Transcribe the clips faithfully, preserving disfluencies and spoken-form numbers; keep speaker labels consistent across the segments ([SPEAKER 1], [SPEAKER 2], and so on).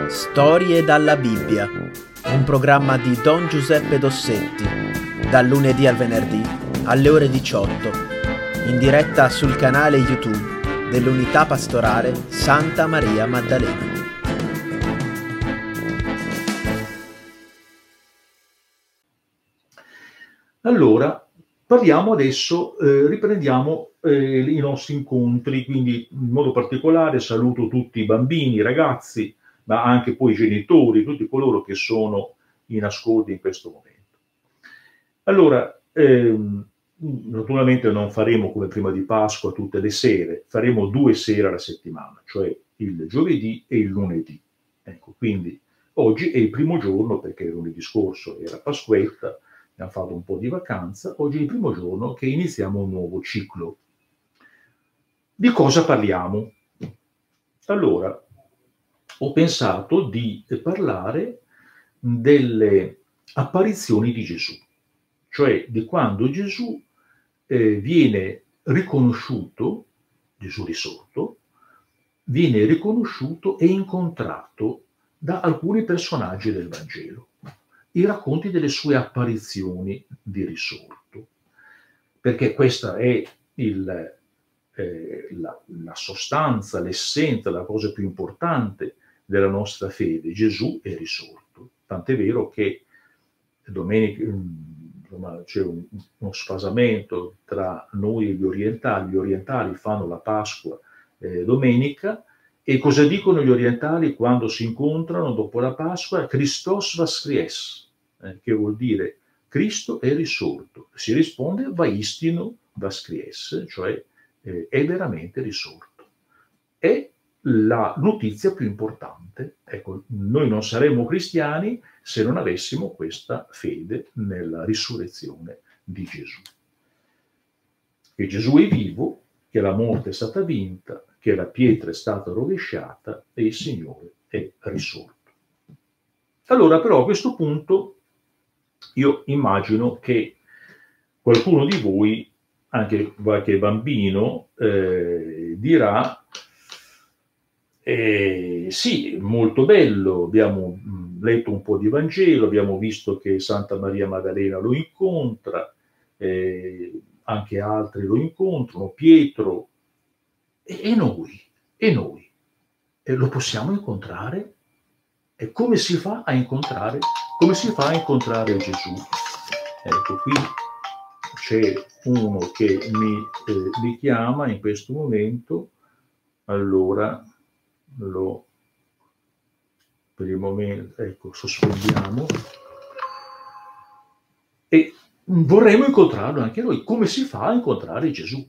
[SPEAKER 1] Storie dalla Bibbia, un programma di Don Giuseppe Dossetti, dal lunedì al venerdì alle ore diciotto, in diretta sul canale YouTube dell'Unità Pastorale Santa Maria Maddalena.
[SPEAKER 2] Allora, parliamo adesso, eh, riprendiamo eh, i nostri incontri, quindi in modo particolare saluto tutti i bambini, i ragazzi, ma anche poi i genitori, tutti coloro che sono in ascolto in questo momento. Allora, ehm, naturalmente non faremo come prima di Pasqua tutte le sere, faremo due sere alla settimana, cioè il giovedì e il lunedì. Ecco, quindi oggi è il primo giorno, perché lunedì scorso era Pasquetta, abbiamo fatto un po' di vacanza, oggi è il primo giorno che iniziamo un nuovo ciclo. Di cosa parliamo? Allora, ho pensato di parlare delle apparizioni di Gesù, cioè di quando Gesù eh, viene riconosciuto, Gesù risorto, viene riconosciuto e incontrato da alcuni personaggi del Vangelo, i racconti delle sue apparizioni di risorto, perché questa è il, eh, la, la sostanza, l'essenza, la cosa più importante della nostra fede. Gesù è risorto, tant'è vero che domenica insomma, c'è un, uno sfasamento tra noi e gli orientali. Gli orientali fanno la Pasqua eh, domenica, e cosa dicono gli orientali quando si incontrano dopo la Pasqua? Christos vaskries, eh, che vuol dire Cristo è risorto. Si risponde vaistino vaskries, cioè eh, è veramente risorto. È la notizia più importante. Ecco, noi non saremmo cristiani se non avessimo questa fede nella risurrezione di Gesù. Che Gesù è vivo, che la morte è stata vinta, che la pietra è stata rovesciata e il Signore è risorto. Allora, però, a questo punto io immagino che qualcuno di voi, anche qualche bambino, eh, dirà eh, sì, molto bello, abbiamo letto un po' di Vangelo, abbiamo visto che Santa Maria Maddalena lo incontra, eh, anche altri lo incontrano, Pietro, e, e noi, e noi, e lo possiamo incontrare? E come si fa a incontrare? Come si fa a incontrare Gesù? Ecco, qui c'è uno che mi, eh, mi chiama in questo momento, allora lo, per il momento, ecco, sospendiamo, e vorremmo incontrarlo anche noi. Come si fa a incontrare Gesù?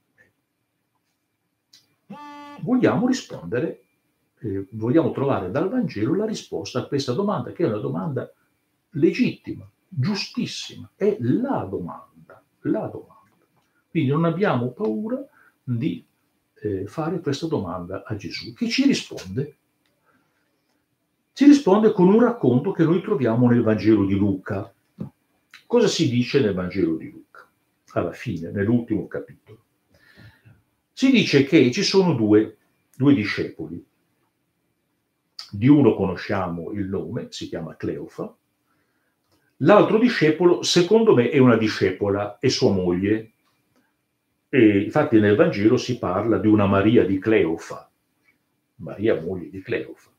[SPEAKER 2] Vogliamo rispondere, eh, vogliamo trovare dal Vangelo la risposta a questa domanda, che è una domanda legittima, giustissima, è la domanda, la domanda. Quindi non abbiamo paura di eh, fare questa domanda a Gesù, che ci risponde. Ci risponde con un racconto che noi troviamo nel Vangelo di Luca. Cosa si dice nel Vangelo di Luca? Alla fine, nell'ultimo capitolo. Si dice che ci sono due, due discepoli. Di uno conosciamo il nome, si chiama Cleofa. L'altro discepolo, secondo me, è una discepola, è sua moglie. E infatti nel Vangelo si parla di una Maria di Cleofa, Maria moglie di Cleofa.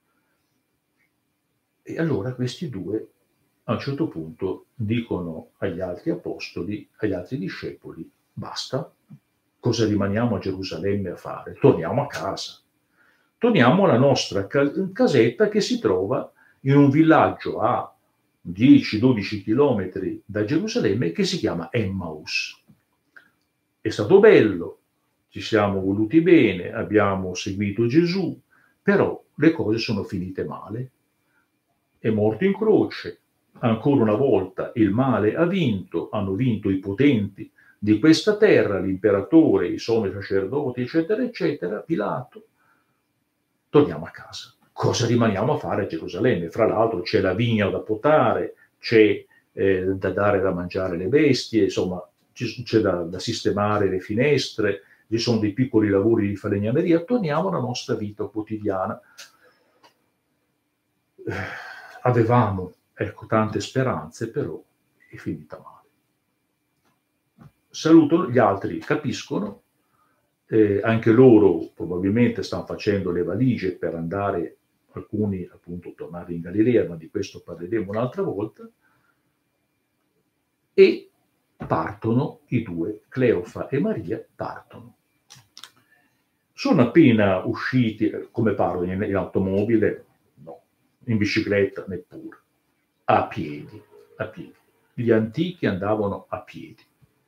[SPEAKER 2] E allora questi due a un certo punto dicono agli altri apostoli, agli altri discepoli: basta, cosa rimaniamo a Gerusalemme a fare? Torniamo a casa. Torniamo alla nostra casetta che si trova in un villaggio a dieci dodici chilometri da Gerusalemme che si chiama Emmaus. È stato bello, ci siamo voluti bene, abbiamo seguito Gesù, però le cose sono finite male. È morto in croce, ancora una volta il male ha vinto, hanno vinto i potenti di questa terra, l'imperatore, i sommi sacerdoti, eccetera, eccetera, Pilato. Torniamo a casa. Cosa rimaniamo a fare a Gerusalemme? Fra l'altro c'è la vigna da potare, c'è eh, da dare da mangiare alle bestie, insomma c'è da, da sistemare le finestre, ci sono dei piccoli lavori di falegnameria. Torniamo alla nostra vita quotidiana. eh, avevamo, ecco, tante speranze, però è finita male. Salutano, gli altri capiscono, eh, anche loro probabilmente stanno facendo le valigie per andare, alcuni appunto tornare in Galilea, ma di questo parleremo un'altra volta, e partono i due, Cleofa e Maria partono. Sono appena usciti, come parlo, in, in automobile? No, in bicicletta neppure, a piedi, a piedi. Gli antichi andavano a piedi.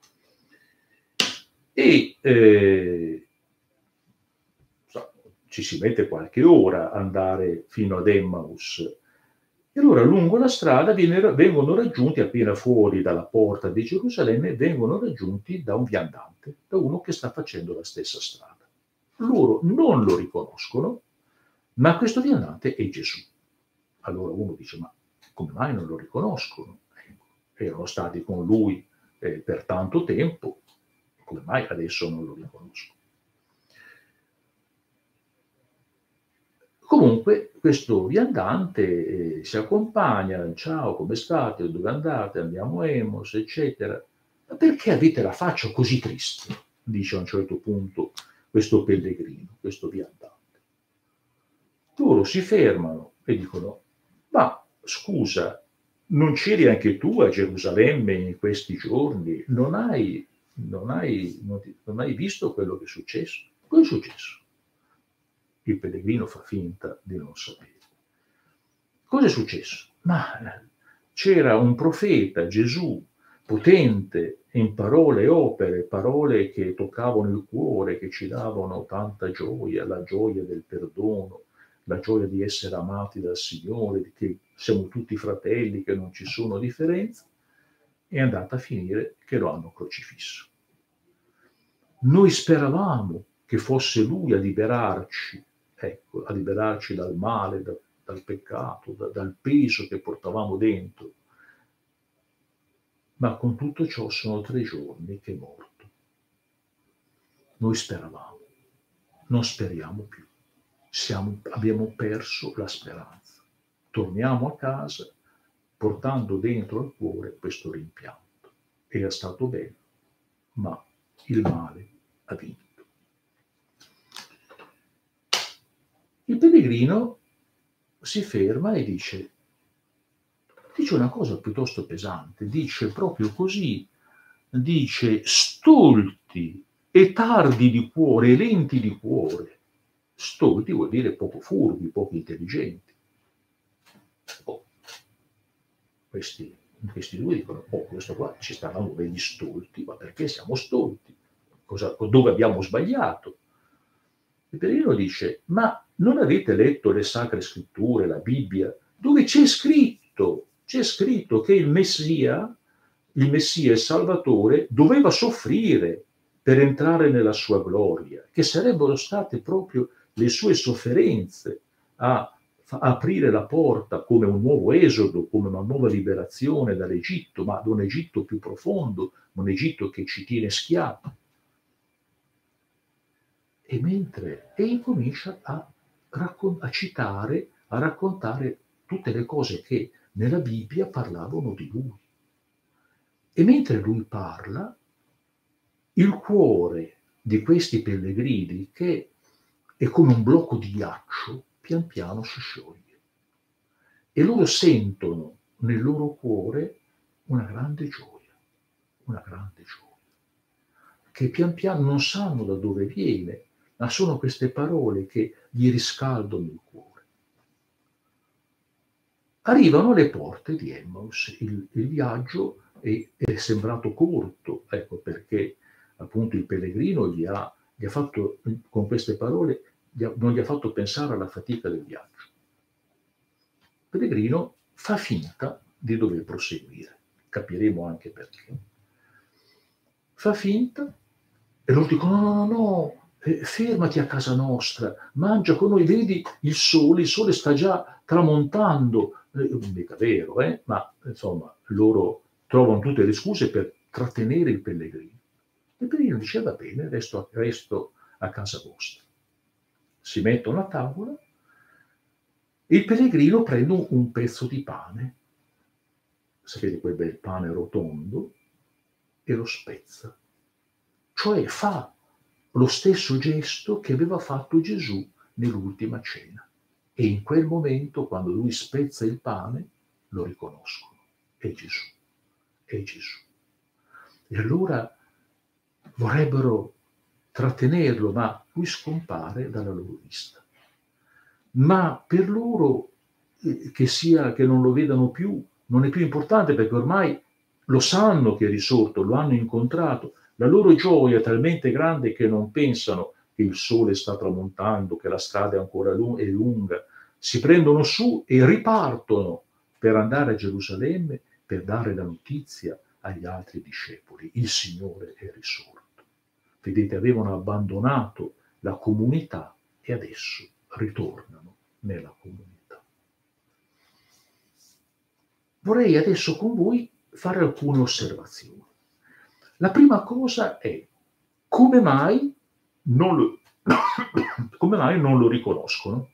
[SPEAKER 2] E eh, so, ci si mette qualche ora ad andare fino ad Emmaus. E allora lungo la strada viene, vengono raggiunti, appena fuori dalla porta di Gerusalemme, vengono raggiunti da un viandante, da uno che sta facendo la stessa strada. Loro non lo riconoscono, ma questo viandante è Gesù. Allora uno dice, ma come mai non lo riconoscono? Ecco, erano stati con lui eh, per tanto tempo, come mai adesso non lo riconoscono? Comunque questo viandante eh, si accompagna, ciao, come state, dove andate, andiamo a Emos, eccetera. Ma perché avete la faccia così triste? Dice a un certo punto questo pellegrino, questo viandante. Loro si fermano e dicono, ma scusa, non c'eri anche tu a Gerusalemme in questi giorni? Non hai, non hai, non ti, non hai visto quello che è successo? Cosa è successo? Il pellegrino fa finta di non sapere. Cosa è successo? Ma c'era un profeta, Gesù, potente in parole e opere, parole che toccavano il cuore, che ci davano tanta gioia, la gioia del perdono, la gioia di essere amati dal Signore, che siamo tutti fratelli, che non ci sono differenze. È andata a finire che lo hanno crocifisso. Noi speravamo che fosse Lui a liberarci, ecco, a liberarci dal male, da, dal peccato, da, dal peso che portavamo dentro. Ma con tutto ciò sono tre giorni che è morto. Noi speravamo, non speriamo più. Siamo, abbiamo perso la speranza. Torniamo a casa portando dentro al cuore questo rimpianto. Era stato bello, ma il male ha vinto. Il pellegrino si ferma e dice, dice una cosa piuttosto pesante, dice proprio così, dice stolti e tardi di cuore, e lenti di cuore. Stolti vuol dire poco furbi, poco intelligenti. Oh, questi, questi due dicono, oh, questo qua ci stavamo degli stolti, ma perché siamo stolti? Cosa, dove abbiamo sbagliato? Il pellegrino dice, ma non avete letto le sacre scritture, la Bibbia, dove c'è scritto, c'è scritto che il Messia, il Messia, il Salvatore, doveva soffrire per entrare nella sua gloria, che sarebbero state proprio le sue sofferenze a, a aprire la porta come un nuovo esodo, come una nuova liberazione dall'Egitto, ma da un Egitto più profondo, un Egitto che ci tiene schiavi. E mentre e incomincia a, raccon- a citare, a raccontare tutte le cose che nella Bibbia parlavano di lui. E mentre lui parla, il cuore di questi pellegrini, che è come un blocco di ghiaccio, pian piano si scioglie. E loro sentono nel loro cuore una grande gioia, una grande gioia, che pian piano non sanno da dove viene, ma sono queste parole che gli riscaldano il cuore. Arrivano alle porte di Emmaus, il, il viaggio è, è sembrato corto, ecco perché appunto il pellegrino gli ha, gli ha fatto, con queste parole, gli ha, non gli ha fatto pensare alla fatica del viaggio. Il pellegrino fa finta di dover proseguire, capiremo anche perché. Fa finta e loro dicono no, no, no, no, eh, fermati a casa nostra, mangia con noi, vedi il sole, il sole sta già tramontando, eh, mica vero, eh? Ma insomma loro trovano tutte le scuse per trattenere il pellegrino. Il pellegrino dice va bene, resto, resto a casa vostra. Si mettono a tavola Il pellegrino prende un, un pezzo di pane, sapete quel bel pane rotondo, e lo spezza. Cioè fa lo stesso gesto che aveva fatto Gesù nell'ultima cena. E in quel momento, quando lui spezza il pane, lo riconoscono. È Gesù, è Gesù. E allora vorrebbero trattenerlo, ma lui scompare dalla loro vista. Ma per loro, eh, che sia che non lo vedano più, non è più importante, perché ormai lo sanno che è risorto, lo hanno incontrato. La loro gioia è talmente grande che non pensano che il sole sta tramontando, che la strada è ancora lu- è lunga. Si prendono su e ripartono per andare a Gerusalemme per dare la notizia agli altri discepoli. Il Signore è risorto. Vedete, avevano abbandonato la comunità e adesso ritornano nella comunità. Vorrei adesso con voi fare alcune osservazioni. La prima cosa è come mai non lo, come mai non lo riconoscono?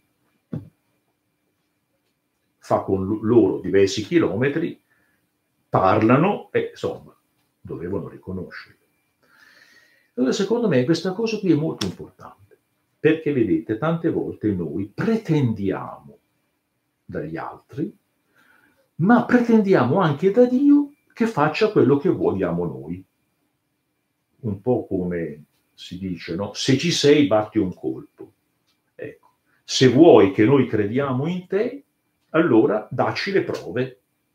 [SPEAKER 2] Fa con loro diversi chilometri, parlano e insomma dovevano riconoscerlo. Allora, secondo me questa cosa qui è molto importante, perché vedete, tante volte noi pretendiamo dagli altri, ma pretendiamo anche da Dio che faccia quello che vogliamo noi. Un po' come si dice, no? Se ci sei, batti un colpo. Ecco, se vuoi che noi crediamo in te, allora dacci le prove.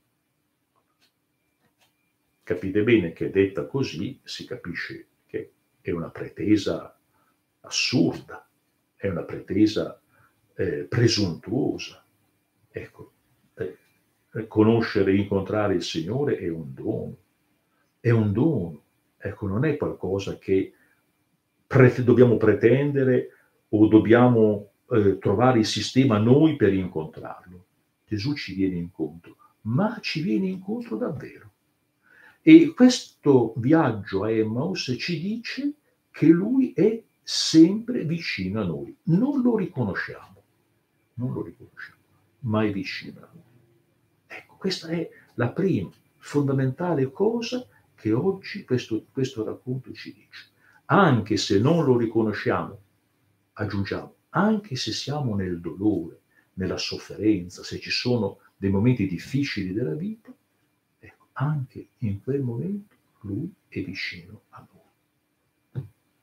[SPEAKER 2] Capite bene che detta così si capisce che è una pretesa assurda, è una pretesa eh, presuntuosa. Ecco, eh, conoscere e incontrare il Signore è un dono, è un dono. Ecco, non è qualcosa che pre- dobbiamo pretendere o dobbiamo eh, trovare il sistema noi per incontrarlo. Gesù ci viene incontro, ma ci viene incontro davvero. E questo viaggio a Emmaus ci dice che lui è sempre vicino a noi. Non lo riconosciamo, non lo riconosciamo, ma è vicino a noi. Ecco, questa è la prima fondamentale cosa che oggi questo, questo racconto ci dice. Anche se non lo riconosciamo, aggiungiamo, anche se siamo nel dolore, nella sofferenza, se ci sono dei momenti difficili della vita, ecco, anche in quel momento lui è vicino a noi.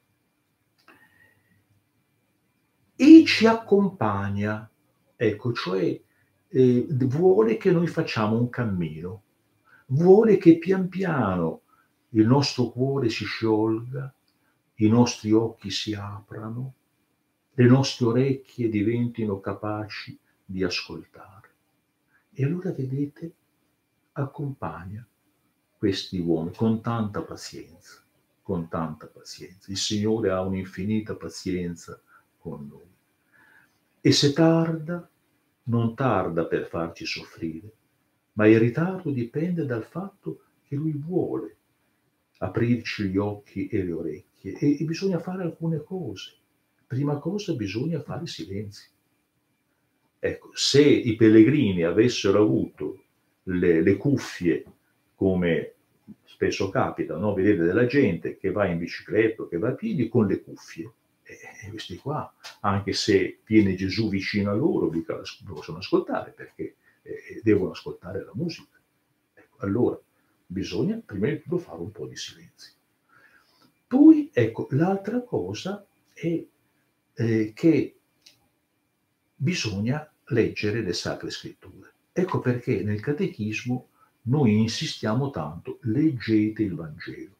[SPEAKER 2] E ci accompagna, ecco, cioè eh, vuole che noi facciamo un cammino, vuole che pian piano il nostro cuore si sciolga, i nostri occhi si aprano, le nostre orecchie diventino capaci di ascoltare. E allora vedete, accompagna questi uomini con tanta pazienza, con tanta pazienza. Il Signore ha un'infinita pazienza con noi. E se tarda, non tarda per farci soffrire, ma il ritardo dipende dal fatto che Lui vuole aprirci gli occhi e le orecchie e, e bisogna fare alcune cose. Prima cosa bisogna fare silenzio. Ecco, se i pellegrini avessero avuto le, le cuffie, come spesso capita, no? Vedete della gente che va in bicicletta, che va a piedi con le cuffie, e questi qua, anche se viene Gesù vicino a loro, mica lo possono ascoltare, perché eh, devono ascoltare la musica. Ecco, allora, bisogna prima di tutto fare un po' di silenzio. Poi, ecco, l'altra cosa è eh, che bisogna leggere le Sacre Scritture. Ecco perché nel Catechismo noi insistiamo tanto, leggete il Vangelo.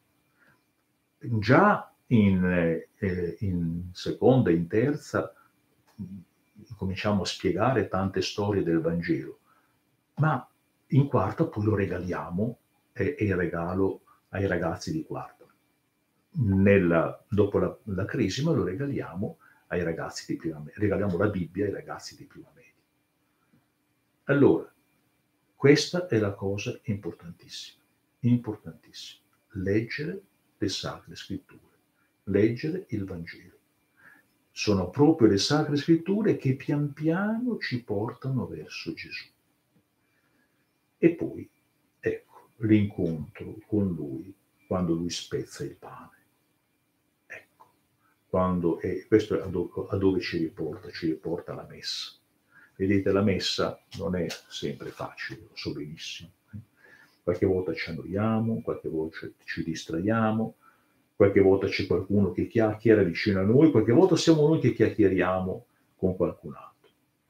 [SPEAKER 2] Già in, eh, in seconda e in terza cominciamo a spiegare tante storie del Vangelo, ma in quarta poi lo regaliamo, è, è il regalo ai ragazzi di quarta. Nella, dopo la, la Crisima lo regaliamo ai ragazzi di prima media, regaliamo la Bibbia ai ragazzi di prima media. Allora, questa è la cosa importantissima, importantissima, leggere le Sacre Scritture, leggere il Vangelo. sono proprio le Sacre Scritture che pian piano ci portano verso Gesù. E poi, ecco, l'incontro con Lui quando Lui spezza il pane. Ecco, quando, e questo è a dove, a dove ci riporta, ci riporta alla messa. Vedete, la messa non è sempre facile, lo so benissimo. Qualche volta ci annoiamo, qualche volta ci distraiamo, qualche volta c'è qualcuno che chiacchiera vicino a noi, qualche volta siamo noi che chiacchieriamo con qualcun altro.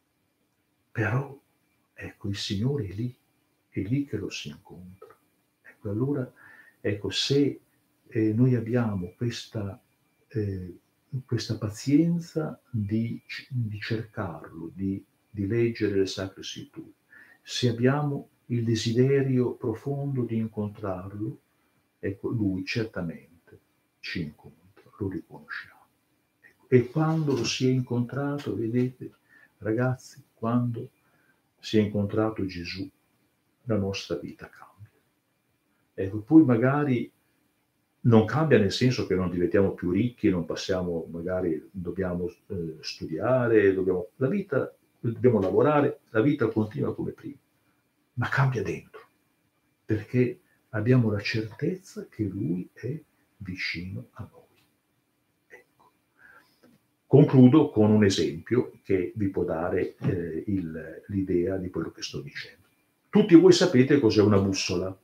[SPEAKER 2] Però, ecco, il Signore è lì, è lì che lo si incontra. Ecco, allora, ecco, se eh, noi abbiamo questa, eh, questa pazienza di, di cercarlo, di, di leggere le Sacre Scritture, se abbiamo il desiderio profondo di incontrarlo, ecco, Lui certamente ci incontra, lo riconosciamo. Ecco, e quando lo si è incontrato, vedete, ragazzi, quando si è incontrato Gesù, la nostra vita cambia. Ecco, poi magari non cambia nel senso che non diventiamo più ricchi, non passiamo, magari dobbiamo eh, studiare, dobbiamo, la vita, dobbiamo lavorare, la vita continua come prima, ma cambia dentro, perché abbiamo la certezza che Lui è vicino a noi. Ecco. Concludo con un esempio che vi può dare eh, il, l'idea di quello che sto dicendo. Tutti voi sapete cos'è una bussola.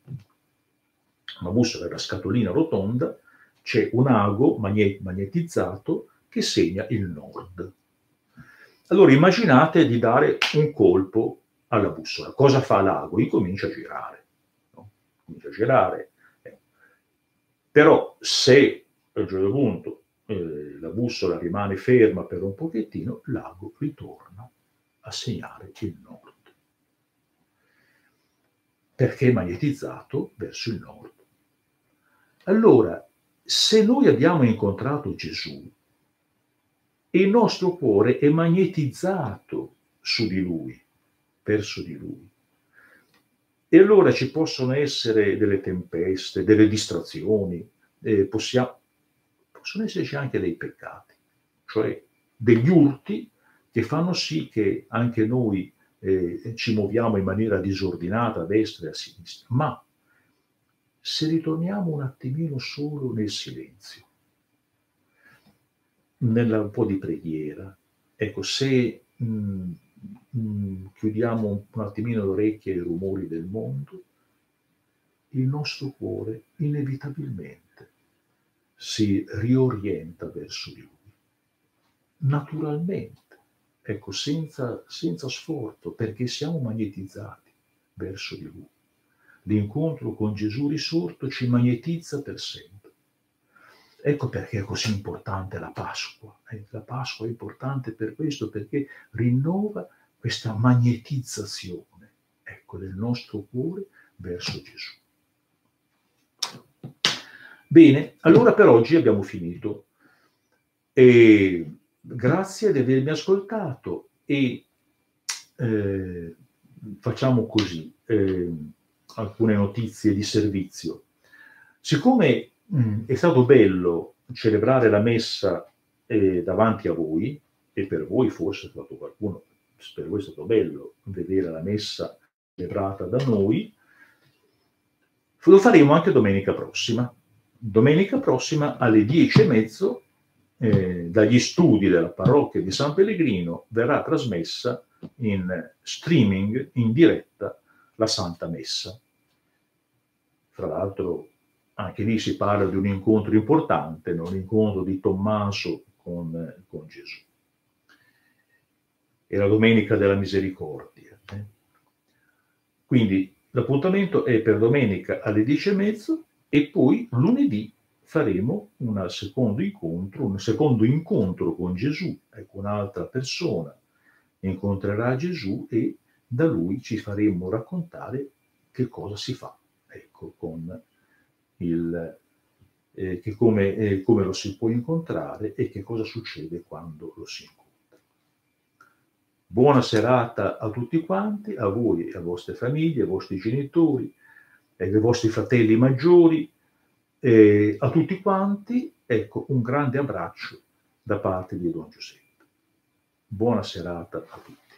[SPEAKER 2] Una bussola è una scatolina rotonda, c'è un ago magnet- magnetizzato che segna il nord. Allora immaginate di dare un colpo alla bussola. Cosa fa l'ago? Incomincia a girare. No? Comincia a girare. Eh. Però se a un certo punto eh, la bussola rimane ferma per un pochettino, l'ago ritorna a segnare il nord. Perché è magnetizzato verso il nord. Allora, se noi abbiamo incontrato Gesù, il nostro cuore è magnetizzato su di Lui, verso di Lui. E allora ci possono essere delle tempeste, delle distrazioni, eh, possiamo, possono esserci anche dei peccati, cioè degli urti che fanno sì che anche noi eh, ci muoviamo in maniera disordinata a destra e a sinistra. Ma se ritorniamo un attimino solo nel silenzio, nella un po' di preghiera, ecco, se mh, mh, chiudiamo un, un attimino le orecchie ai rumori del mondo, il nostro cuore inevitabilmente si riorienta verso di Lui, naturalmente, ecco, senza, senza sforzo, perché siamo magnetizzati verso di Lui. L'incontro con Gesù risorto ci magnetizza per sempre. Ecco perché è così importante la Pasqua. Eh, la Pasqua è importante per questo, perché rinnova questa magnetizzazione, ecco, del nostro cuore verso Gesù. Bene, allora per oggi abbiamo finito. E grazie di avermi ascoltato e eh, facciamo così. Eh, alcune notizie di servizio. Siccome mh, è stato bello celebrare la messa eh, davanti a voi, e per voi forse è stato qualcuno, per voi è stato bello vedere la messa celebrata da noi, lo faremo anche domenica prossima. Domenica prossima alle dieci e mezzo eh, dagli studi della parrocchia di San Pellegrino verrà trasmessa in streaming, in diretta, la Santa Messa. Tra l'altro anche lì si parla di un incontro importante, no? L'incontro di Tommaso con, con Gesù. È la Domenica della Misericordia. Eh? Quindi l'appuntamento è per domenica alle dieci e mezzo e poi lunedì faremo un secondo incontro, un secondo incontro con Gesù, ecco, un'altra persona incontrerà Gesù e da lui ci faremo raccontare che cosa si fa, ecco, con il, eh, che come, eh, come lo si può incontrare e che cosa succede quando lo si incontra. Buona serata a tutti quanti, a voi e alle vostre famiglie, ai vostri genitori, ai vostri fratelli maggiori, eh, a tutti quanti, ecco, un grande abbraccio da parte di Don Giuseppe. Buona serata a tutti.